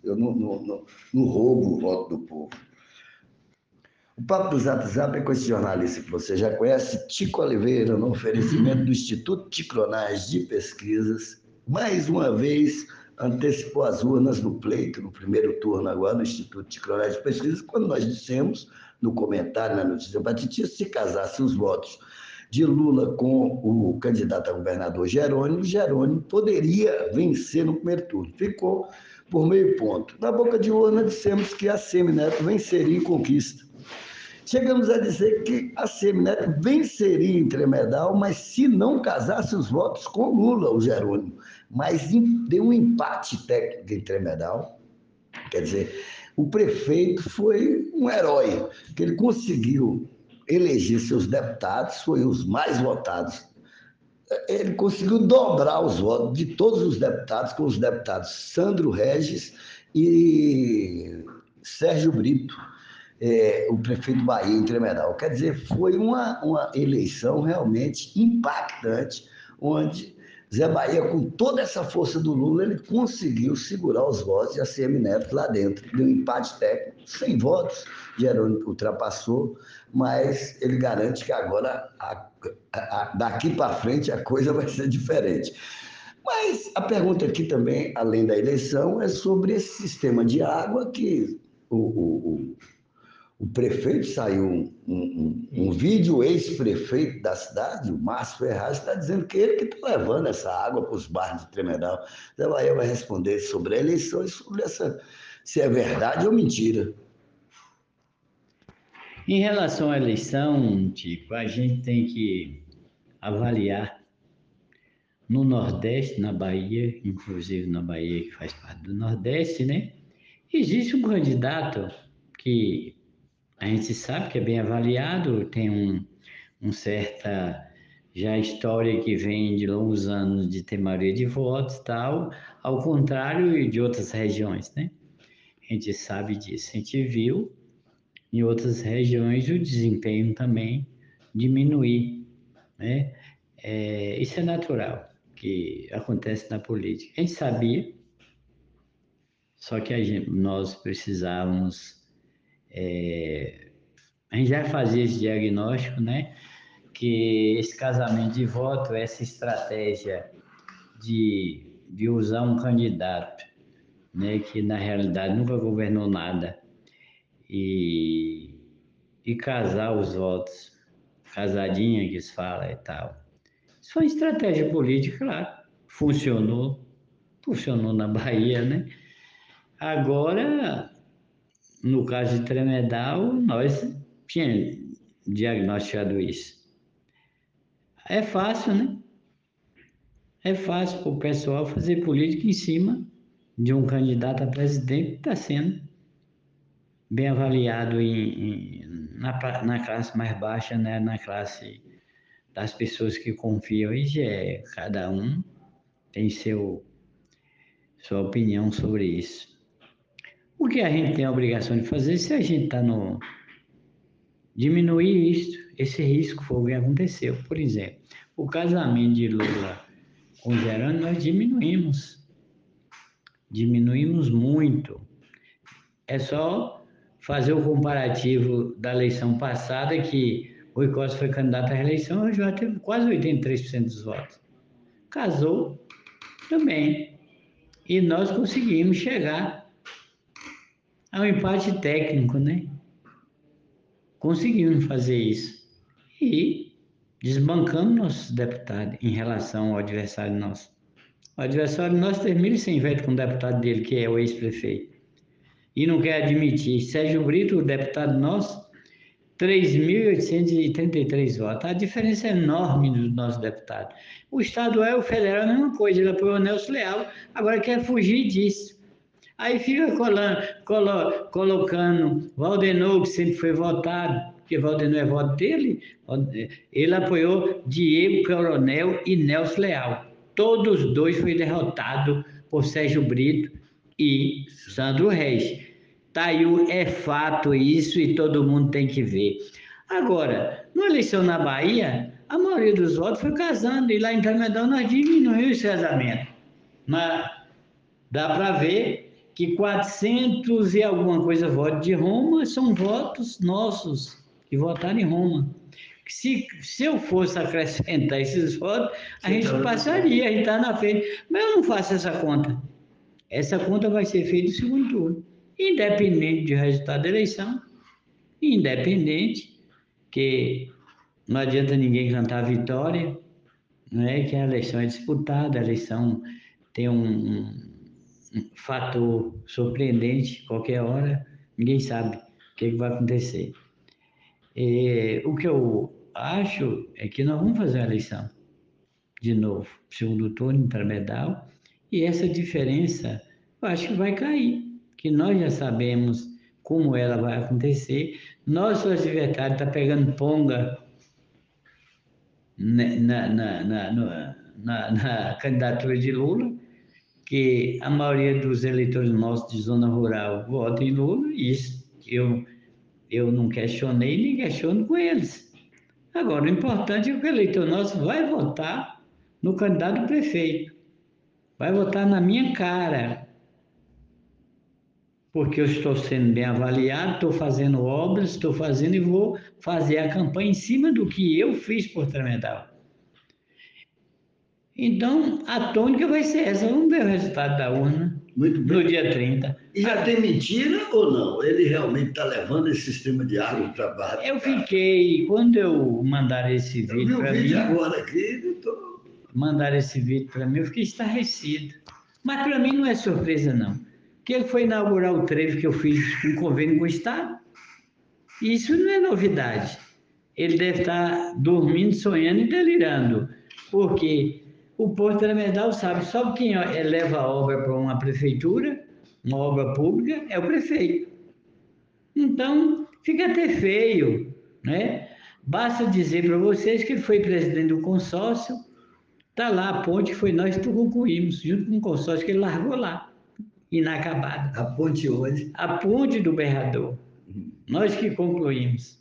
eu não roubo o voto do povo. O papo do Zap Zap é com esse jornalista que você já conhece, Tico Oliveira, no oferecimento do Instituto Ticronais de Pesquisas. Mais uma vez, antecipou as urnas no pleito, no primeiro turno agora, no Instituto Ticronais de Pesquisas, quando nós dissemos, no comentário, na notícia para Titi, se casasse os votos de Lula com o candidato a governador Jerônimo poderia vencer no primeiro turno. Ficou por meio ponto. Na boca de urna, dissemos que a Semineto venceria em Conquista. Chegamos a dizer que a Semineto venceria em Tremedal, mas se não casasse os votos com Lula, o Jerônimo. Mas deu um empate técnico em Tremedal. Quer dizer, o prefeito foi um herói, que ele conseguiu eleger seus deputados, foi os mais votados. Ele conseguiu dobrar os votos de todos os deputados, com os deputados Sandro Regis e Sérgio Brito, o prefeito Bahia, em Tremedal. Quer dizer, foi uma eleição realmente impactante, onde Zé Bahia, com toda essa força do Lula, ele conseguiu segurar os votos e a Semineto lá dentro. Deu um empate técnico, sem votos, Jerônimo ultrapassou, mas ele garante que agora, daqui para frente, a coisa vai ser diferente. Mas a pergunta aqui também, além da eleição, é sobre esse sistema de água que o prefeito, saiu um vídeo, ex-prefeito da cidade, o Márcio Ferraz, está dizendo que ele que está levando essa água para os bairros de Tremedal. Zé Bahia vai responder sobre a eleição e sobre se é verdade ou mentira. Em relação à eleição, Tico, a gente tem que avaliar no Nordeste, na Bahia, inclusive na Bahia, que faz parte do Nordeste, né? Existe um candidato que a gente sabe que é bem avaliado, tem um certa já história que vem de longos anos de ter maioria de votos e tal, ao contrário de outras regiões, né? A gente sabe disso, a gente viu em outras regiões o desempenho também diminuir, né? Isso é natural, que acontece na política. A gente sabia, só que nós precisávamos... a gente já fazia esse diagnóstico, né? Que esse casamento de voto, essa estratégia de usar um candidato, né? Que na realidade nunca governou nada, e casar os votos, casadinha que se fala e tal. Isso foi uma estratégia política, claro. Funcionou na Bahia, né? Agora, no caso de Tremedal, nós tínhamos diagnosticado isso. É fácil, né? É fácil para o pessoal fazer política em cima de um candidato a presidente que está sendo bem avaliado na classe mais baixa, né? Na classe das pessoas que confiam em GE. Cada um tem sua opinião sobre isso. O que a gente tem a obrigação de fazer, se a gente está no... diminuir esse risco foi o que aconteceu. Por exemplo, o casamento de Lula com Jerônimo, nós diminuímos muito. É só fazer o comparativo da eleição passada, que Rui Costa foi candidato à reeleição, eu já teve quase 83% dos votos. Casou também. E nós conseguimos chegar ao empate técnico, né? Conseguimos fazer isso. E desbancamos nossos deputados em relação ao adversário nosso. O adversário nosso tem 1.100 vetos com o deputado dele, que é o ex-prefeito. E não quer admitir. Sérgio Brito, o deputado nosso, 3.833 votos. A diferença é enorme dos nossos deputados. O estadual e o federal é a mesma coisa. Ele apoiou o Nelson Leal, agora quer fugir disso. Aí fica colocando Valdenor, que sempre foi votado, porque Valdenor é voto dele, ele apoiou Diego Coronel e Nelson Leal. Todos os dois foram derrotados por Sérgio Brito e Sandro Reis. Tá aí, é fato isso e todo mundo tem que ver. Agora, na eleição na Bahia, a maioria dos votos foi casando, e lá em Tremedal nós diminuímos esse casamento. Mas dá para ver que 400 e alguma coisa votos de Roma são votos nossos, que votaram em Roma. Se eu fosse acrescentar esses votos, a gente passaria, a gente está na frente. Mas eu não faço essa conta. Essa conta vai ser feita no segundo turno, independente do resultado da eleição, independente que não adianta ninguém cantar vitória, não é que a eleição é disputada, a eleição tem um fator surpreendente, qualquer hora, ninguém sabe o que vai acontecer. O que eu acho é que nós vamos fazer a eleição de novo, segundo turno, intermedial, e essa diferença eu acho que vai cair, que nós já sabemos como ela vai acontecer. Nosso adversário está pegando ponga na candidatura de Lula, que a maioria dos eleitores nossos de zona rural votam em Lula, e isso eu não questionei nem questiono com eles. Agora, o importante é que o eleitor nosso vai votar no candidato prefeito, vai votar na minha cara, porque eu estou sendo bem avaliado, estou fazendo obras, estou fazendo e vou fazer a campanha em cima do que eu fiz por Tremedal. Então, a tônica vai ser essa. Vamos ver o resultado da urna no dia 30. E já tem mentira ou não? Ele realmente está levando esse sistema de água para baixo? Eu fiquei, quando eu mandar esse vídeo para mim... agora aqui, mandaram esse vídeo para mim, eu fiquei estarrecido. Mas para mim não é surpresa, não. Porque ele foi inaugurar o trevo que eu fiz um convênio com o Estado. E isso não é novidade. Ele deve estar dormindo, sonhando e delirando. Porque o Porto Tremedal sabe, só quem leva a obra para uma prefeitura, uma obra pública, é o prefeito. Então, fica até feio, né? Basta dizer para vocês que ele foi presidente do consórcio. Está lá a ponte que foi nós que concluímos, junto com o consórcio que ele largou lá, inacabada. A ponte hoje? A ponte do Berrador. Nós que concluímos.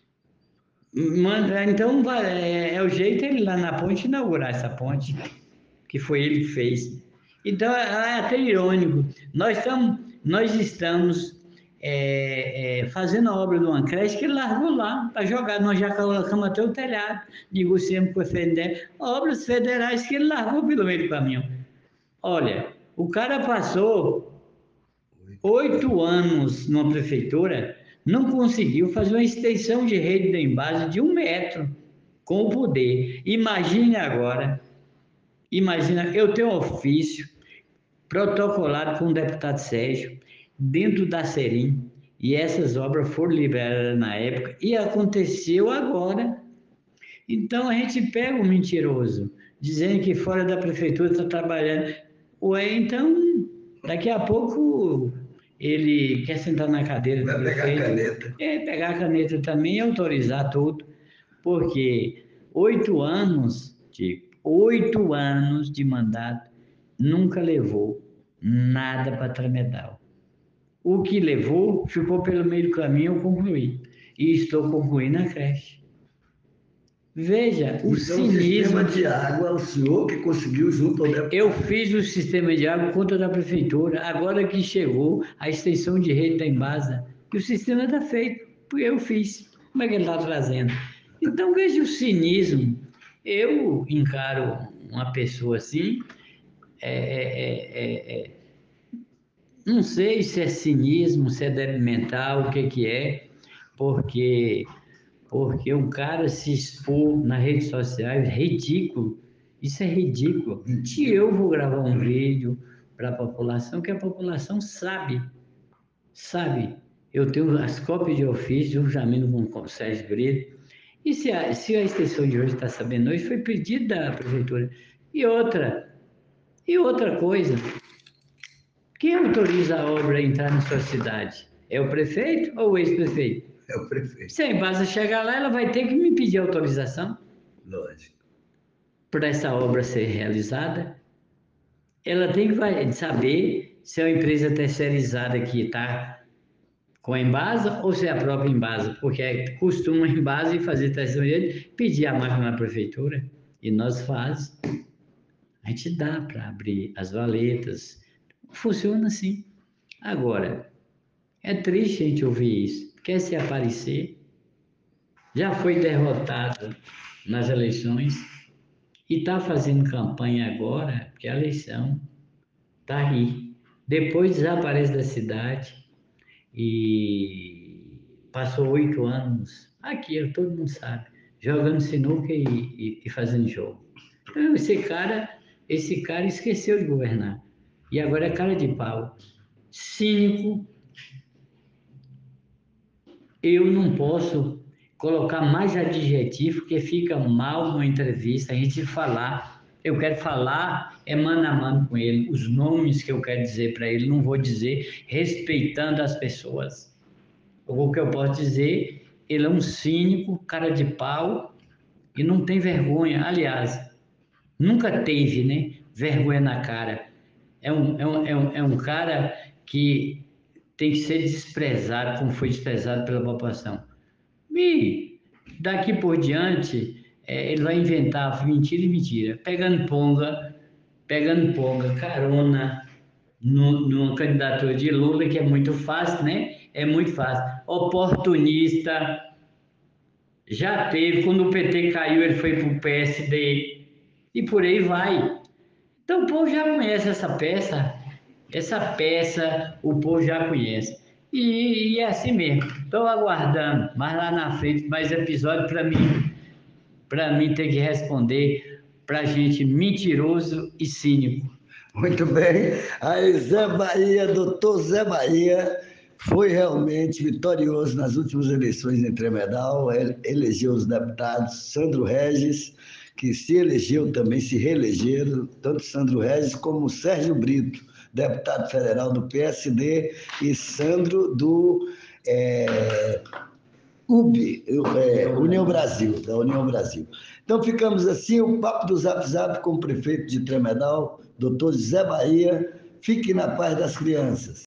Então, é o jeito ele lá na ponte inaugurar essa ponte, que foi ele que fez. Então, é até irônico. Nós estamos fazendo a obra de uma creche que ele largou lá, para jogar. Nós já colocamos até o telhado, negociamos com o FNDE, obras federais que ele largou pelo meio do caminho. Olha, o cara passou 8 anos numa prefeitura, não conseguiu fazer uma extensão de rede de embase de 1 metro com o poder. Imagine agora, eu tenho um ofício protocolado com o deputado Sérgio, dentro da Serim, e essas obras foram liberadas na época, e aconteceu agora. Então a gente pega o mentiroso, dizendo que fora da prefeitura está trabalhando. Ué, então, daqui a pouco ele quer sentar na cadeira do prefeito. Pegar a caneta. Pegar a caneta também e autorizar tudo, porque 8 anos de mandato nunca levou nada para Tremedal. O que levou ficou pelo meio do caminho, eu concluí. E estou concluindo a creche. Veja, o cinismo... O sistema de água, o senhor que conseguiu junto ao deputado. Eu fiz o sistema de água contra da prefeitura, agora que chegou a extensão de rede da Embasa, e o sistema está feito, porque eu fiz. Como é que ele está trazendo? Então, veja o cinismo. Eu encaro uma pessoa assim, não sei se é cinismo, se é débil mental, o que é, porque um cara se expor nas redes sociais é ridículo. Isso é ridículo. E eu vou gravar um vídeo para a população, que a população sabe. Eu tenho as cópias de ofício, juntamente com o Sérgio Brito. E se a extensão de hoje está sabendo hoje, foi pedido da prefeitura. E outra coisa, quem autoriza a obra a entrar na sua cidade? É o prefeito ou o ex-prefeito? É o prefeito. Se a Embasa chegar lá, ela vai ter que me pedir autorização. Lógico. Para essa obra ser realizada. Ela tem que saber se é uma empresa terceirizada que está com a Embasa ou se é a própria Embasa, porque costuma a Embasa fazer terceirização, pedir a máquina na prefeitura, e nós fazemos. A gente dá para abrir as valetas. Funciona assim. Agora, é triste a gente ouvir isso. Quer se aparecer, já foi derrotado nas eleições e está fazendo campanha agora, porque a eleição está aí. Depois desaparece da cidade e passou 8 anos aqui, todo mundo sabe, jogando sinuca e fazendo jogo. Então, esse cara esqueceu de governar. E agora é cara de pau. Cínico, eu não posso colocar mais adjetivo, porque fica mal numa entrevista a gente falar. Eu quero falar mano a mano com ele. Os nomes que eu quero dizer para ele, não vou dizer respeitando as pessoas. O que eu posso dizer, ele é um cínico, cara de pau e não tem vergonha. Aliás, nunca teve, né? Vergonha na cara. É um cara que tem que ser desprezado, como foi desprezado pela população. E daqui por diante, ele vai inventar mentira e mentira, pegando ponga, carona numa candidatura de Lula, que é muito fácil, né? É muito fácil. Oportunista, já teve, quando o PT caiu, ele foi para o PSD, e por aí vai. Então o povo já conhece essa peça o povo já conhece. E é assim mesmo. Estou aguardando, mas lá na frente, mais episódio para mim ter que responder para gente mentiroso e cínico. Muito bem. Aí Zé Bahia, doutor Zé Bahia, foi realmente vitorioso nas últimas eleições em Tremedal, elegeu os deputados Sandro Regis, que se elegeu também, se reelegeram, tanto Sandro Regis como Sérgio Brito, deputado federal do PSD, e Sandro do União Brasil, da União Brasil. Então ficamos assim, o papo do Zap Zap com o prefeito de Tremedal, doutor Zé Bahia. Fique na paz das crianças.